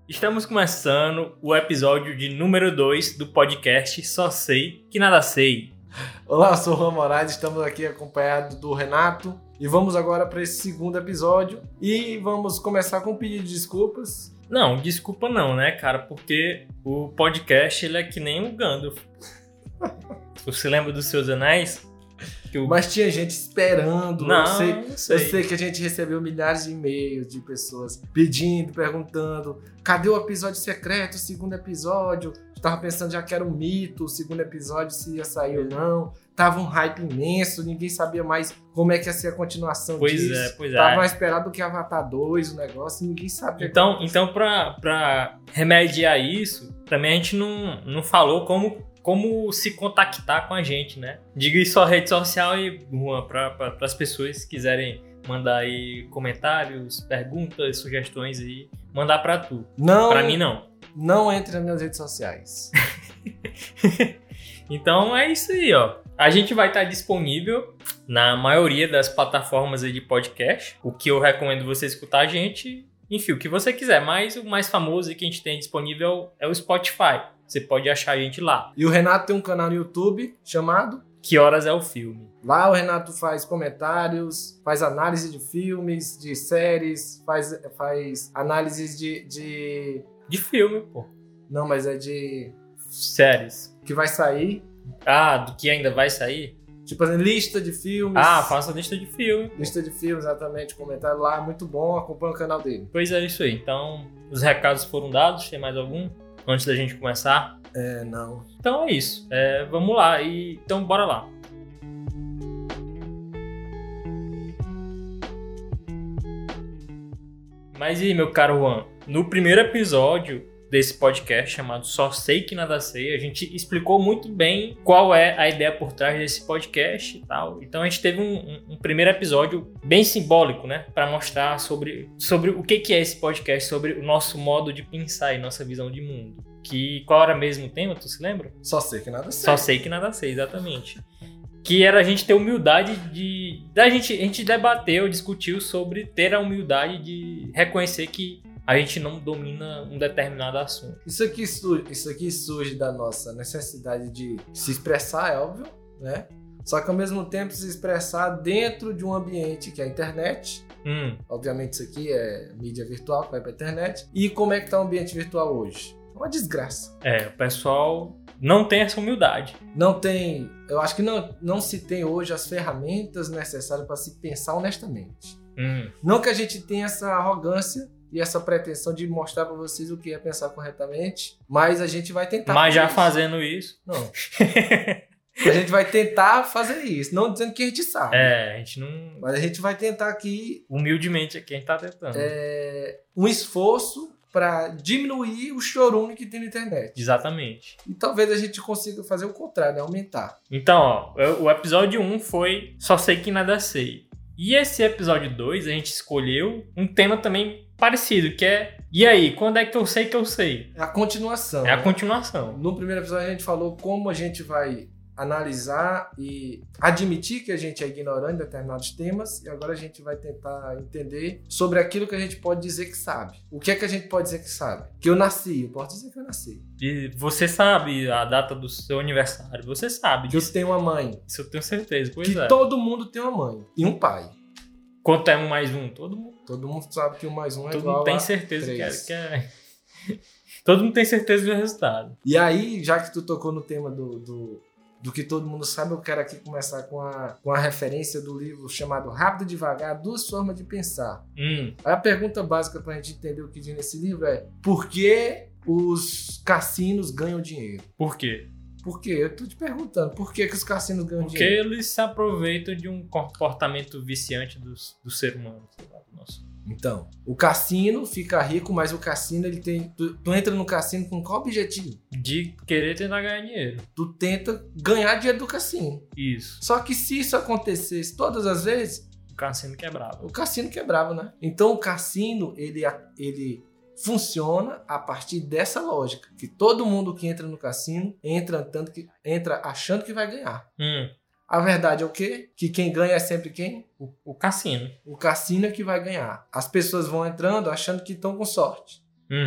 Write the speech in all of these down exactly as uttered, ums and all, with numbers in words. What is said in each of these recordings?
Estamos começando o episódio de número dois do podcast Só Sei Que Nada Sei. Olá, eu sou o Juan Moraes, estamos aqui acompanhados do Renato e vamos agora para esse segundo episódio e vamos começar com um pedido de desculpas. Não, desculpa não, né, cara, porque o podcast ele é que nem o Gandalf. Você lembra dos Seus Anéis? Que o... Mas tinha gente esperando. Não, eu sei, não sei. Eu sei que a gente recebeu milhares de e-mails de pessoas pedindo, perguntando: cadê o episódio secreto, o segundo episódio? Eu tava pensando já que era um mito, o segundo episódio, se ia sair ou não. Tava um hype imenso, ninguém sabia mais como é que ia ser a continuação pois disso. Pois é, pois é. Tava mais esperado do que Avatar dois, o negócio, e ninguém sabe. Então, então pra, pra remediar isso, também a gente não, não falou como... Como se contactar com a gente, né? Diga aí sua rede social e Juan, para pra, as pessoas que quiserem mandar aí comentários, perguntas, sugestões aí, mandar pra tu. Não. Pra mim, não. Não entre nas minhas redes sociais. Então é isso aí, ó. A gente vai estar disponível na maioria das plataformas aí de podcast. O que eu recomendo você escutar a gente, enfim, o que você quiser. Mas o mais famoso que a gente tem disponível é o Spotify. Você pode achar a gente lá. E o Renato tem um canal no YouTube chamado Que Horas é o Filme? Lá o Renato faz comentários, faz análise de filmes, de séries, faz, faz análises de, de... De filme, pô. Não, mas é de... Séries. Que vai sair. Ah, do que ainda vai sair? Tipo assim, lista de filmes. Ah, faça lista de filme. Lista de filmes, exatamente. Comentário lá, muito bom. Acompanha o canal dele. Pois é, isso aí. Então, os recados foram dados. Tem mais algum? Antes da gente começar? É, não. Então é isso. É, vamos lá. E, então, bora lá. Mas e aí, meu caro Juan? No primeiro episódio desse podcast chamado Só Sei Que Nada Sei, a gente explicou muito bem qual é a ideia por trás desse podcast e tal. Então a gente teve um, um, um primeiro episódio bem simbólico, né? Para mostrar sobre, sobre o que, que é esse podcast, sobre o nosso modo de pensar e nossa visão de mundo. Que, qual era mesmo o tema, tu se lembra? Só sei que nada sei. Só sei que nada sei, exatamente. Que era a gente ter humildade de... A gente, a gente debateu, discutiu sobre ter a humildade de reconhecer que a gente não domina um determinado assunto. Isso aqui, surge, isso aqui surge da nossa necessidade de se expressar, é óbvio, né? Só que ao mesmo tempo se expressar dentro de um ambiente que é a internet. Hum. Obviamente isso aqui é mídia virtual que vai pra internet. E como é que tá o ambiente virtual hoje? É uma desgraça. É, o pessoal não tem essa humildade. Não tem... Eu acho que não, não se tem hoje as ferramentas necessárias para se pensar honestamente. Hum. Não que a gente tenha essa arrogância e essa pretensão de mostrar para vocês o que é pensar corretamente, mas a gente vai tentar. Mas já isso. fazendo isso. Não. A gente vai tentar fazer isso, não dizendo que a gente sabe. É, a gente não... Mas a gente vai tentar aqui... Humildemente aqui a gente tá tentando. É, um esforço para diminuir o chorume que tem na internet. Exatamente. E talvez a gente consiga fazer o contrário, né? Aumentar. Então, ó, o episódio um foi Só Sei Que Nada Sei. E esse episódio dois a gente escolheu um tema também parecido, que é... E aí, quando é que eu sei que eu sei? É a continuação. É a né? continuação. No primeiro episódio a gente falou como a gente vai analisar e admitir que a gente é ignorante em determinados temas, e agora a gente vai tentar entender sobre aquilo que a gente pode dizer que sabe. O que é que a gente pode dizer que sabe? Que eu nasci, eu posso dizer que eu nasci. E você sabe a data do seu aniversário, você sabe. Que eu tenho uma mãe. Isso eu tenho certeza, pois que é. todo mundo tem uma mãe e um pai. Quanto é um mais um? Todo mundo, Todo mundo sabe que um mais um é todo igual mundo tem a certeza que é, três. que é... Todo mundo tem certeza do resultado. E aí, já que tu tocou no tema do, do, do que todo mundo sabe, eu quero aqui começar com a, com a referência do livro chamado Rápido e Devagar, Duas Formas de Pensar. Hum. Aí a pergunta básica pra gente entender o que diz nesse livro é: por que os cassinos ganham dinheiro? Por quê? Por quê? Eu tô te perguntando, por que, que os cassinos ganham Porque dinheiro? eles se aproveitam de um comportamento viciante do, do ser humano. Sei lá, do nosso. Então, o cassino fica rico, mas o cassino, ele tem... Tu, tu entra no cassino com qual objetivo? De querer tentar ganhar dinheiro. Tu tenta ganhar dinheiro do cassino. Isso. Só que se isso acontecesse todas as vezes, O cassino quebrava. o cassino quebrava, né? Então o cassino, ele, ele funciona a partir dessa lógica, que todo mundo que entra no cassino entra, tanto que, entra achando que vai ganhar. Hum. A verdade é o quê? Que quem ganha é sempre quem? O, o cassino. O cassino é que vai ganhar. As pessoas vão entrando achando que estão com sorte. Uhum.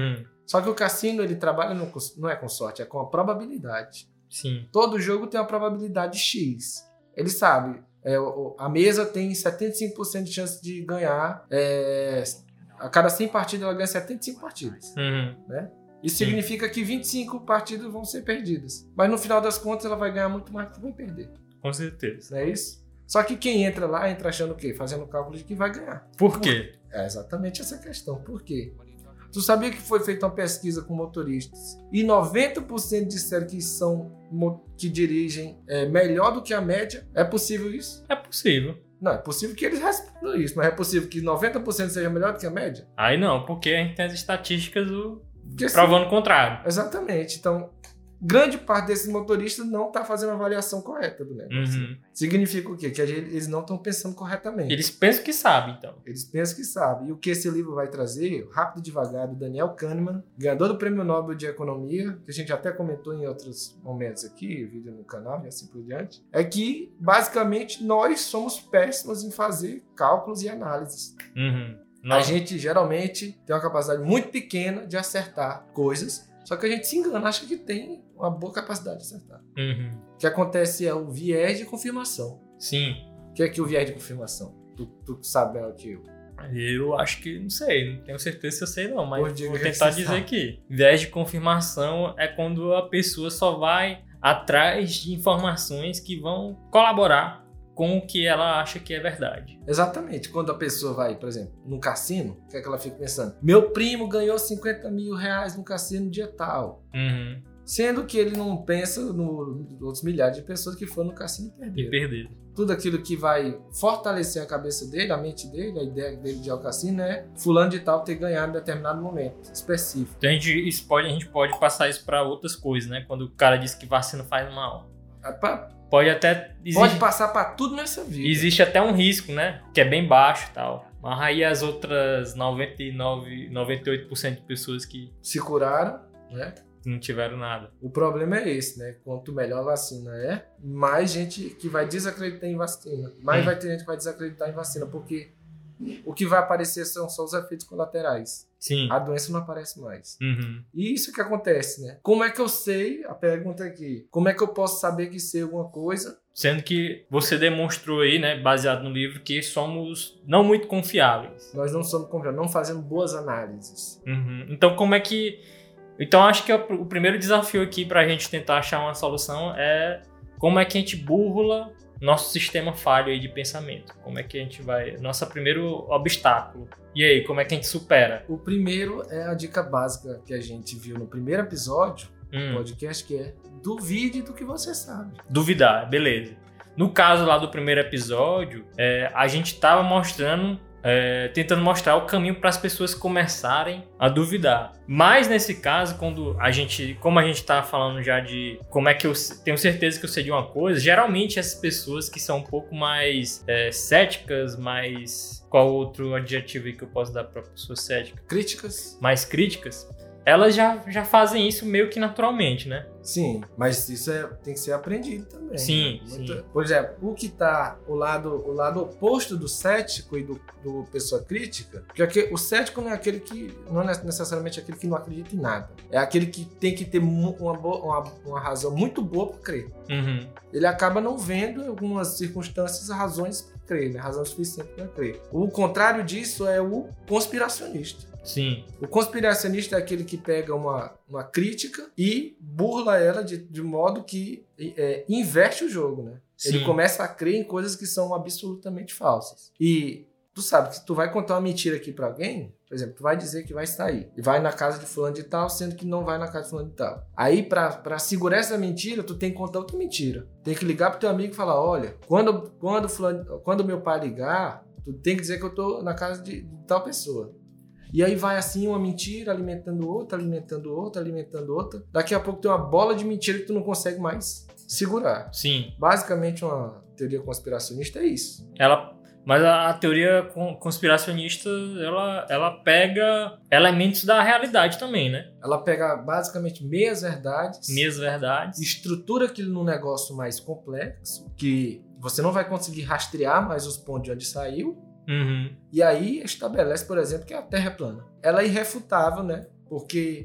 Só que o cassino, ele trabalha no, não é com sorte, é com a probabilidade. Sim. Todo jogo tem uma probabilidade X. Ele sabe, é, a mesa tem setenta e cinco por cento de chance de ganhar. É, a cada cem partidas, ela ganha setenta e cinco partidas. Uhum. Né? Isso Sim. significa que vinte e cinco partidas vão ser perdidas. Mas no final das contas, ela vai ganhar muito mais do que vai perder. Com certeza. Não é isso? Só que quem entra lá, entra achando o quê? Fazendo o cálculo de que vai ganhar. Por quê? É exatamente essa questão. Por quê? Tu sabia que foi feita uma pesquisa com motoristas e noventa por cento disseram que são que dirigem é, melhor do que a média? É possível isso? É possível. Não, é possível que eles respondam isso, mas é possível que noventa por cento seja melhor do que a média? Aí não, porque a gente tem as estatísticas do... Porque, provando o contrário. Exatamente. Então, grande parte desses motoristas não está fazendo a avaliação correta do negócio. Uhum. Significa o quê? Que eles não estão pensando corretamente. Eles pensam que sabem, então. Eles pensam que sabem. E o que esse livro vai trazer, Rápido e Devagar, do Daniel Kahneman, ganhador do Prêmio Nobel de Economia, que a gente até comentou em outros momentos aqui, vídeo no canal e assim por diante, é que, basicamente, nós somos péssimos em fazer cálculos e análises. Uhum. A gente, geralmente, tem uma capacidade muito pequena de acertar coisas, só que a gente se engana, acha que tem uma boa capacidade de acertar. Uhum. O que acontece é o viés de confirmação. Sim. O que é que o viés de confirmação? Tu, tu sabe melhor que eu. Eu acho que, não sei, não tenho certeza se eu sei não, mas Pô, diga vou que tentar você dizer sabe. aqui. Viés de confirmação é quando a pessoa só vai atrás de informações que vão colaborar com o que ela acha que é verdade. Exatamente. Quando a pessoa vai, por exemplo, num cassino, o que é que ela fica pensando? Meu primo ganhou cinquenta mil reais no cassino dia tal. Uhum. Sendo que ele não pensa nos outros milhares de pessoas que foram no cassino e E perderam. perder. Tudo aquilo que vai fortalecer a cabeça dele, a mente dele, a ideia dele de ir ao cassino é fulano de tal ter ganhado em determinado momento específico. Então a gente, isso pode, a gente pode passar isso para outras coisas, né? Quando o cara diz que vacina faz mal. É pra- Pode até... Existe, Pode passar pra tudo nessa vida. existe até um risco, né? Que é bem baixo e tal. Mas aí as outras noventa e nove, noventa e oito por cento de pessoas que Se curaram, né? não tiveram nada. O problema é esse, né? Quanto melhor a vacina é, mais gente que vai desacreditar em vacina. Mais Hum. vai ter gente que vai desacreditar em vacina, porque o que vai aparecer são só os efeitos colaterais. Sim. A doença não aparece mais. Uhum. E isso que acontece, né? Como é que eu sei, a pergunta aqui, como é que eu posso saber que sei alguma coisa? Sendo que você demonstrou aí, né, baseado no livro, que somos não muito confiáveis. Nós não somos confiáveis, não fazendo boas análises. Uhum. Então, como é que... Então, acho que o primeiro desafio aqui pra gente tentar achar uma solução é como é que a gente burla nosso sistema falho aí de pensamento. Como é que a gente vai... Nosso primeiro obstáculo. E aí, como é que a gente supera? O primeiro é a dica básica que a gente viu no primeiro episódio do Hum, podcast, que é duvide do que você sabe. duvidar, beleza. No caso lá do primeiro episódio, é, a gente tava mostrando... É, tentando mostrar o caminho para as pessoas começarem a duvidar. Mas nesse caso, quando a gente, como a gente está falando já de como é que eu tenho certeza que eu sei de uma coisa, geralmente essas pessoas que são um pouco mais é, céticas, mais... Qual outro adjetivo aí que eu posso dar para pessoa cética? Críticas? Mais críticas, elas já, já fazem isso meio que naturalmente, né? Sim, mas isso é, tem que ser aprendido também. Sim, né? Muita- sim. Por exemplo, o que tá o lado, o lado oposto do cético e do, do pessoa crítica, porque aqui- o cético não é aquele que, não é necessariamente aquele que não acredita em nada. É aquele que tem que ter mu- uma, boa, uma, uma razão muito boa para crer. Uhum. Ele acaba não vendo em algumas circunstâncias razões para crer, né? Razão suficiente para crer. O contrário disso é o conspiracionista. Sim, O conspiracionista é aquele que pega uma, uma crítica e burla ela de, de modo que é, inverte o jogo, né? Ele Sim. começa a crer em coisas que são absolutamente falsas. E tu sabe que se tu vai contar uma mentira aqui pra alguém, por exemplo, tu vai dizer que vai sair e vai na casa de fulano de tal, sendo que não vai na casa de fulano de tal. Aí, pra, pra segurar essa mentira, tu tem que contar outra mentira. Tem que ligar pro teu amigo e falar, olha, quando, quando, fulano, quando meu pai ligar, tu tem que dizer que eu tô na casa de, de tal pessoa. E aí vai assim uma mentira alimentando outra, alimentando outra, alimentando outra. Daqui a pouco tem uma bola de mentira que tu não consegue mais segurar. sim. Basicamente uma teoria conspiracionista é isso. Ela, mas a, a teoria con- conspiracionista, ela, ela pega elementos da realidade também, né? Ela pega basicamente meias verdades, Meias verdades. estrutura aquilo num negócio mais complexo, que você não vai conseguir rastrear mais os pontos de onde saiu. Uhum. E aí estabelece, por exemplo, que a Terra é plana. Ela é irrefutável, né? Porque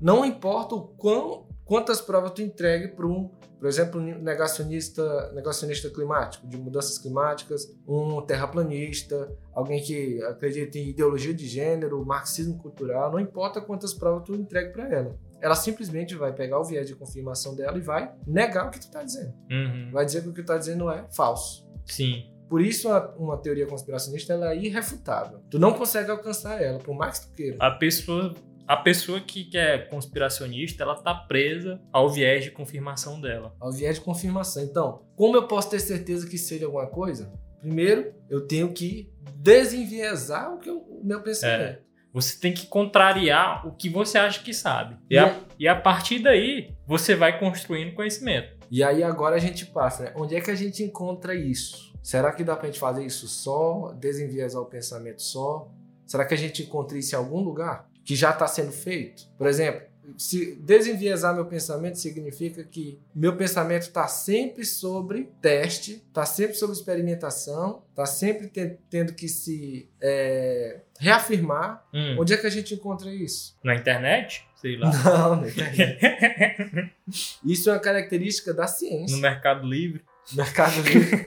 não importa o quão, quantas provas tu entregue para um, por exemplo, um negacionista, negacionista climático, de mudanças climáticas, um terraplanista, alguém que acredita em ideologia de gênero, marxismo cultural, não importa quantas provas tu entregue para ela. Ela simplesmente vai pegar o viés de confirmação dela e vai negar o que tu tá dizendo. Uhum. Vai dizer que o que tu tá dizendo é falso. Sim. Por isso, uma, uma teoria conspiracionista ela é irrefutável. Tu não consegue alcançar ela, por mais que tu queira. A pessoa, a pessoa que, que é conspiracionista, ela tá presa ao viés de confirmação dela. Ao viés de confirmação. Então, como eu posso ter certeza que seja alguma coisa? Primeiro, eu tenho que desenviesar o, que eu, o meu pensamento. É. Você tem que contrariar o que você acha que sabe. E, E a, é- e a partir daí, você vai construindo conhecimento. E aí agora a gente passa, né? Onde é que a gente encontra isso? Será que dá pra gente fazer isso só? Desenviesar o pensamento só? Será que a gente encontra isso em algum lugar? Que já está sendo feito? Por exemplo, se desenviesar meu pensamento significa que meu pensamento está sempre sobre teste, está sempre sobre experimentação, está sempre ten- tendo que se é, reafirmar. Hum. Onde é que a gente encontra isso? Na internet? Sei lá. Não, na internet. Isso é uma característica da ciência. No Mercado Livre. Mercado Livre.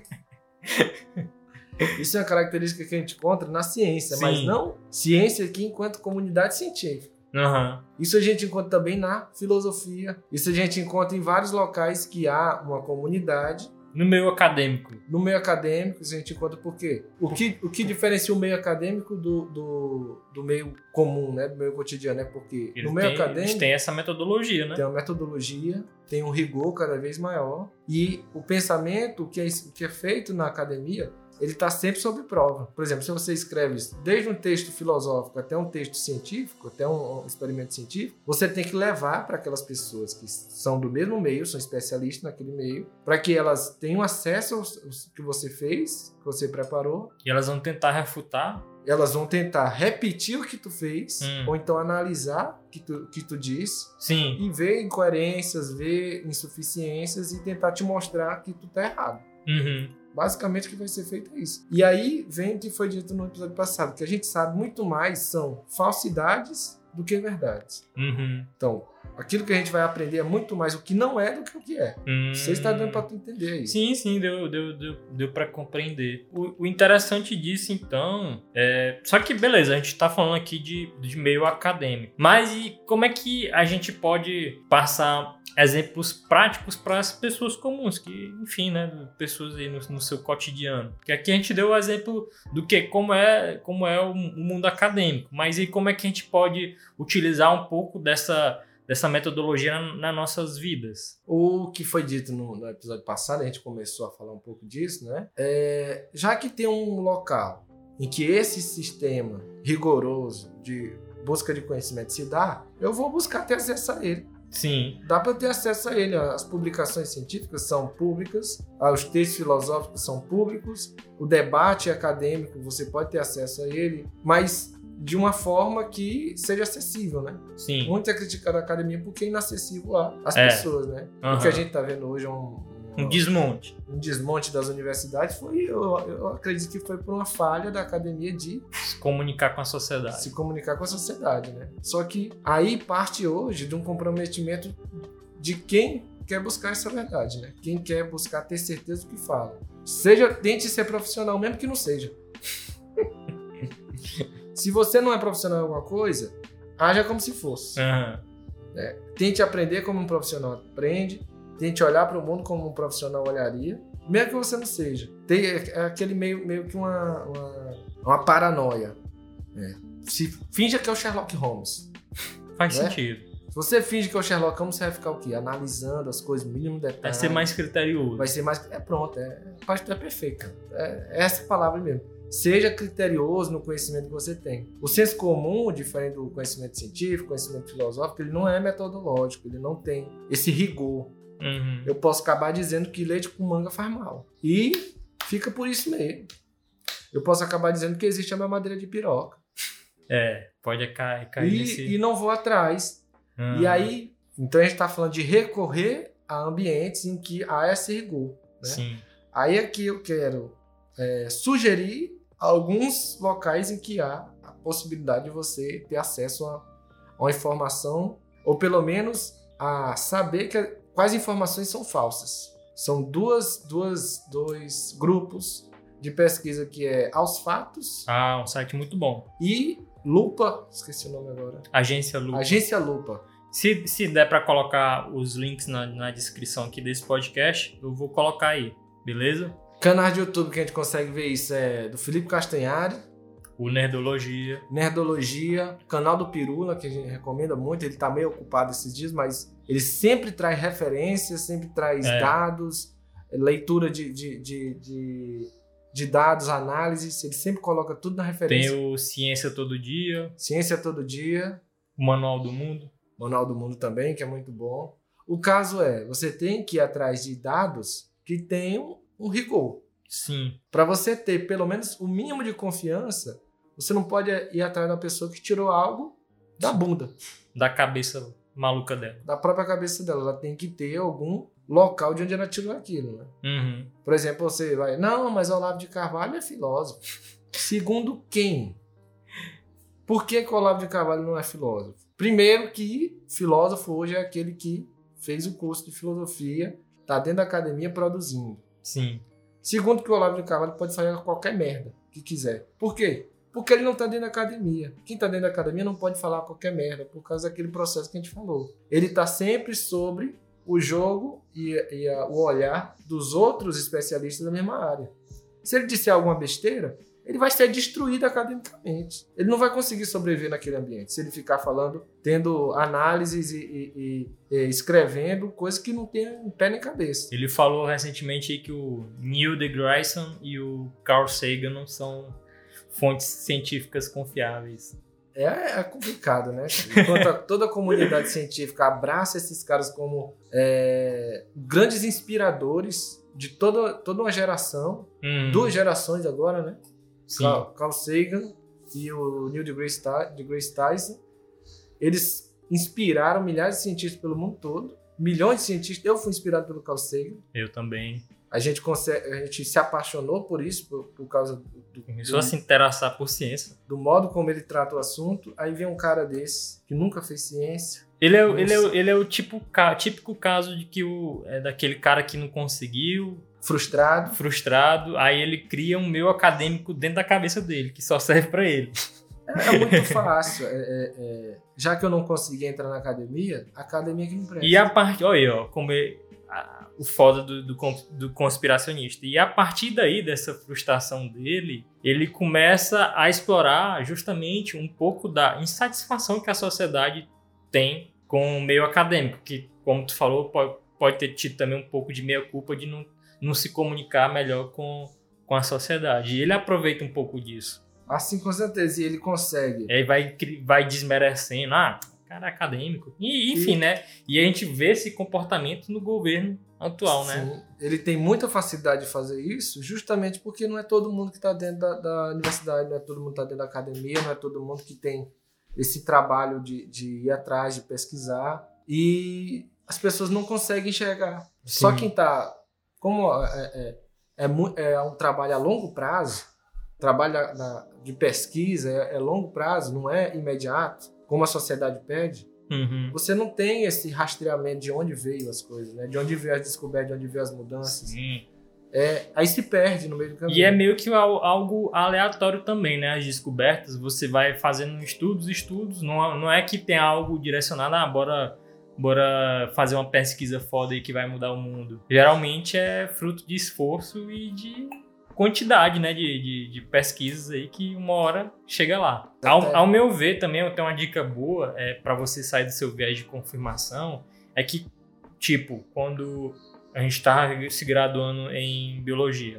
Isso é uma característica que a gente encontra na ciência, Sim. mas não ciência aqui enquanto comunidade científica. Uhum. Isso a gente encontra também na filosofia. Isso a gente encontra em vários locais que há uma comunidade. No meio acadêmico. No meio acadêmico, isso a gente encontra por quê? O que, o que diferencia o meio acadêmico do, do, do meio comum, né? Do meio cotidiano, é porque Eles no meio têm, acadêmico eles têm essa metodologia, né? tem uma metodologia, tem um rigor cada vez maior e o pensamento que é, que é feito na academia, ele está sempre sob prova. Por exemplo, se você escreve desde um texto filosófico até um texto científico, até um, um experimento científico, você tem que levar para aquelas pessoas que são do mesmo meio, são especialistas naquele meio, para que elas tenham acesso ao que você fez, que você preparou. E elas vão tentar refutar. Elas vão tentar repetir o que tu fez, Hum. ou então analisar o que tu, que tu disse, Sim. e ver incoerências, ver insuficiências e tentar te mostrar que tu tá errado. Uhum. Basicamente o que vai ser feito é isso. E aí vem o que foi dito no episódio passado, que a gente sabe muito mais são falsidades do que verdades. Uhum. Então, aquilo que a gente vai aprender é muito mais o que não é do que o que é. Hum. Você está dando para tu entender isso. Sim, sim, deu, deu, deu, deu pra compreender. O, o interessante disso, então, é... Só que, beleza, a gente tá falando aqui de, de meio acadêmico. Mas e como é que a gente pode passar exemplos práticos para as pessoas comuns, que, enfim, né, pessoas aí no, no seu cotidiano? Porque aqui a gente deu o exemplo do que, como é, como é o, o mundo acadêmico. Mas e como é que a gente pode utilizar um pouco dessa... dessa metodologia nas na nossas vidas? O que foi dito no, no episódio passado, a gente começou a falar um pouco disso, né? É, já que tem um local em que esse sistema rigoroso de busca de conhecimento se dá, eu vou buscar ter acesso a ele. Sim. Dá para ter acesso a ele. As publicações científicas são públicas, os textos filosóficos são públicos, o debate acadêmico você pode ter acesso a ele, mas de uma forma que seja acessível, né? Sim. Muito é criticado a academia porque é inacessível às É. pessoas, né? Uhum. O que a gente tá vendo hoje é um, Um desmonte. um desmonte das universidades. Foi, eu, eu acredito que foi por uma falha da academia de Se comunicar com a sociedade. se comunicar com a sociedade, né? Só que aí parte hoje de um comprometimento de quem quer buscar essa verdade, né? Quem quer buscar ter certeza do que fala. Seja, tente ser profissional, mesmo que não seja. Se você não é profissional em alguma coisa, haja como se fosse. Uhum. Né? Tente aprender como um profissional aprende, tente olhar para o mundo como um profissional olharia, mesmo que você não seja. Tem aquele meio, meio que uma, uma, uma paranoia. Né? Se finja que é o Sherlock Holmes. Faz Né? sentido. Se você finge que é o Sherlock Holmes, você vai ficar o quê? Analisando as coisas, mínimo detalhe. Vai ser mais criterioso. Vai ser mais... É pronto, é, é perfeito. É, é essa palavra mesmo. Seja criterioso no conhecimento que você tem. O senso comum, diferente do conhecimento científico, conhecimento filosófico, ele não é metodológico, ele não tem esse rigor. Uhum. Eu posso acabar dizendo que leite com manga faz mal. E fica por isso mesmo. Eu posso acabar dizendo que existe a mamadeira de piroca. É, pode cair, cair E, nesse... e não vou atrás. Uhum. E aí, então a gente está falando de recorrer a ambientes em que há esse rigor. Né? Sim. Aí aqui eu quero é, sugerir alguns locais em que há a possibilidade de você ter acesso a, a uma informação ou pelo menos a saber que, quais informações são falsas. São duas, duas, dois grupos de pesquisa que é Aos Fatos. Ah, um site muito bom. E Lupa, esqueci o nome agora. Agência Lupa. Agência Lupa. Se, se der para colocar os links na, na descrição aqui desse podcast, eu vou colocar aí, beleza? Canais de YouTube que a gente consegue ver isso é do Felipe Castanhari. O Nerdologia. Nerdologia. Canal do Pirula, que a gente recomenda muito. Ele tá meio ocupado esses dias, mas ele sempre traz referências, sempre traz é. dados, leitura de, de, de, de, de dados, análises. Ele sempre coloca tudo na referência. Tem o Ciência Todo Dia. Ciência Todo Dia. O Manual do Mundo. Manual do Mundo também, que é muito bom. O caso é, você tem que ir atrás de dados que tenham um rigor. Sim. Para você ter pelo menos o mínimo de confiança, você não pode ir atrás da pessoa que tirou algo da bunda. Da cabeça maluca dela. Da própria cabeça dela. Ela tem que ter algum local de onde ela tirou aquilo, né? Uhum. Por exemplo, você vai... Não, mas Olavo de Carvalho é filósofo. Segundo quem? Por que que o Olavo de Carvalho não é filósofo? Primeiro que filósofo hoje é aquele que fez o curso de filosofia, está dentro da academia produzindo. Sim. Segundo que o Olavo de Carvalho pode fazer qualquer merda que quiser. Por quê? Porque ele não está dentro da academia. Quem está dentro da academia não pode falar qualquer merda por causa daquele processo que a gente falou. Ele está sempre sobre o jogo e, e a, o olhar dos outros especialistas da mesma área. Se ele disser alguma besteira, ele vai ser destruído academicamente. Ele não vai conseguir sobreviver naquele ambiente se ele ficar falando, tendo análises e, e, e, e escrevendo coisas que não tem pé nem cabeça. Ele falou recentemente aí que o Neil deGrasse Tyson e o Carl Sagan não são fontes científicas confiáveis. É, é complicado, né? Enquanto a, toda a comunidade científica abraça esses caras como é, grandes inspiradores de toda, toda uma geração, hum. duas gerações agora, né? Carl, Carl Sagan e o Neil deGrasse Tyson, eles inspiraram milhares de cientistas pelo mundo todo, milhões de cientistas. Eu fui inspirado pelo Carl Sagan. Eu também. A gente, consegue, a gente se apaixonou por isso, por, por causa do, Começou do, a se interessar por ciência. Do modo como ele trata o assunto. Aí vem um cara desse, que nunca fez ciência. Ele é, ele é, ele é o tipo, típico caso de que o, é daquele cara que não conseguiu... Frustrado. Frustrado. Aí ele cria um meio acadêmico dentro da cabeça dele, que só serve pra ele. É, é muito fácil. É, é, é, já que eu não consegui entrar na academia, a academia que me presta. E a parte... Olha aí, ó, como é, a, o foda do, do, do conspiracionista. E a partir daí, dessa frustração dele, ele começa a explorar justamente um pouco da insatisfação que a sociedade tem com o meio acadêmico, que, como tu falou, pode, pode ter tido também um pouco de meia-culpa de não não se comunicar melhor com, com a sociedade. E ele aproveita um pouco disso. Assim, com certeza. E ele consegue. Aí vai, vai desmerecendo. Ah, cara é acadêmico. E, enfim, e... né? E a gente vê esse comportamento no governo atual, Sim. né? Ele tem muita facilidade de fazer isso justamente porque não é todo mundo que está dentro da, da universidade, não é todo mundo que está dentro da academia, não é todo mundo que tem esse trabalho de, de ir atrás, de pesquisar. E as pessoas não conseguem enxergar. Sim. Só quem está... Como é, é, é, é um trabalho a longo prazo, trabalho na, de pesquisa é, é longo prazo, não é imediato, como a sociedade pede, uhum. Você não tem esse rastreamento de onde veio as coisas, né? De onde veio as descobertas, de onde veio as mudanças. Sim. É, aí se perde no meio do caminho. E é meio que algo aleatório também, né? As descobertas, você vai fazendo estudos, estudos, não, não é que tem algo direcionado, ah, bora... Bora fazer uma pesquisa foda aí que vai mudar o mundo. Geralmente é fruto de esforço e de quantidade, né? De, de, de pesquisas aí que uma hora chega lá. Ao, ao meu ver, também eu tenho uma dica boa é, para você sair do seu viés de confirmação. É que, tipo, quando a gente tá se graduando em biologia,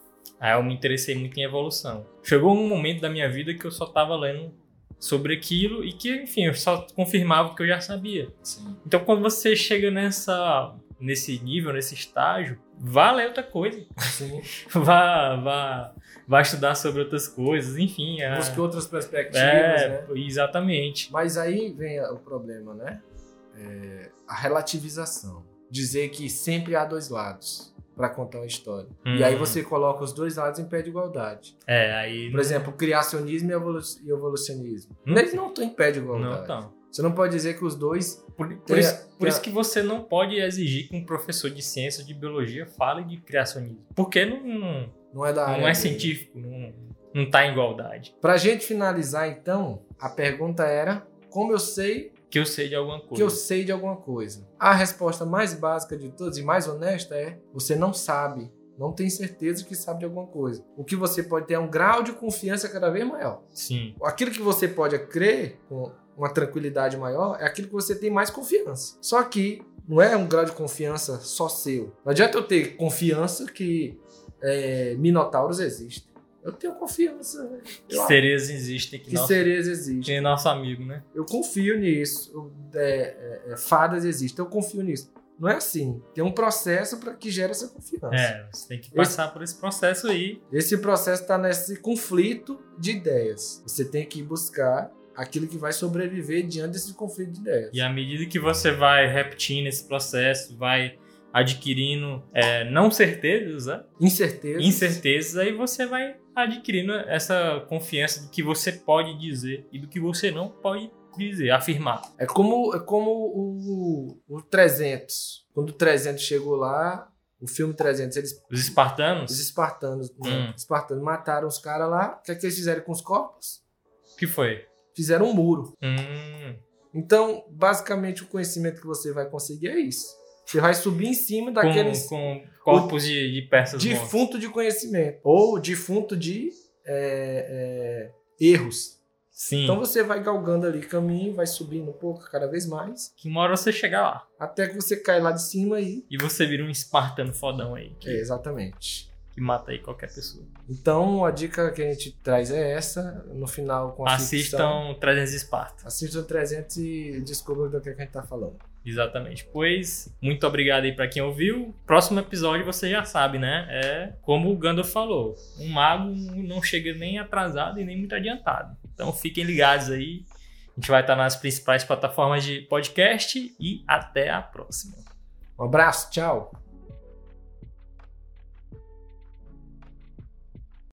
aí eu me interessei muito em evolução. Chegou um momento da minha vida que eu só tava lendo sobre aquilo e que, enfim, eu só confirmava o que eu já sabia. Sim. Então, quando você chega nessa, nesse nível, nesse estágio, vá ler outra coisa. Sim. vá, vá, vá estudar sobre outras coisas, enfim. A... Busque outras perspectivas, é, né? Exatamente. Mas aí vem o problema, né? É a relativização. Dizer que sempre há dois lados para contar uma história. Hum. E aí você coloca os dois lados em pé de igualdade. É, aí... Por exemplo, criacionismo e evolucionismo. Hum. Eles não estão em pé de igualdade. Não estão. Você não pode dizer que os dois... Por, por, tem, isso, por tem, isso que você não pode exigir que um professor de ciência de biologia fale de criacionismo. Porque não, não, não é, da área não é dele. científico, não, não tá em igualdade. Pra gente finalizar, então, a pergunta era: como eu sei que eu sei de alguma coisa? Que eu sei de alguma coisa. A resposta mais básica de todas e mais honesta é: você não sabe. Não tem certeza que sabe de alguma coisa. O que você pode ter é um grau de confiança cada vez maior. Sim. Aquilo que você pode crer com uma tranquilidade maior é aquilo que você tem mais confiança. Só que não é um grau de confiança só seu. Não adianta eu ter confiança que é, minotauros existem. Eu tenho confiança. Que eu, sereias existem. Que, que nosso, sereias existem. Que é nosso amigo, né? Eu confio nisso. Eu, é, é, fadas existem. Eu confio nisso. Não é assim. Tem um processo para que gere essa confiança. É, você tem que passar esse, por esse processo aí. Esse processo está nesse conflito de ideias. Você tem que buscar aquilo que vai sobreviver diante desse conflito de ideias. E à medida que você vai repetindo esse processo, vai adquirindo é, não certezas, né? Incertezas. Incertezas, aí você vai adquirindo essa confiança do que você pode dizer e do que você não pode dizer, afirmar. É como, é como o, o trezentos. Quando o trezentos chegou lá, o filme trezentos, eles... Os espartanos? Os espartanos. Hum. Né? Os espartanos mataram os caras lá. O que é que eles fizeram com os corpos? O que foi? Fizeram um muro. Hum. Então, basicamente, o conhecimento que você vai conseguir é isso. Você vai subir em cima daqueles... Com, com corpos o, de, de peças defunto mortas. de conhecimento. Ou defunto de é, é, erros. Sim. Então você vai galgando ali caminho, vai subindo um pouco, cada vez mais. Que uma hora você chegar lá. Até que você cai lá de cima e... E você vira um espartano fodão aí. Que, é, exatamente. Que mata aí qualquer pessoa. Então, a dica que a gente traz é essa. No final, com a Assistam ficção, trezentos Esparta. Assistam trezentos e descubram do que, é que a gente tá falando. Exatamente. Pois, muito obrigado aí pra quem ouviu. Próximo episódio você já sabe, né? É como o Gandalf falou. Um mago não chega nem atrasado e nem muito adiantado. Então fiquem ligados aí. A gente vai estar nas principais plataformas de podcast e até a próxima. Um abraço, tchau!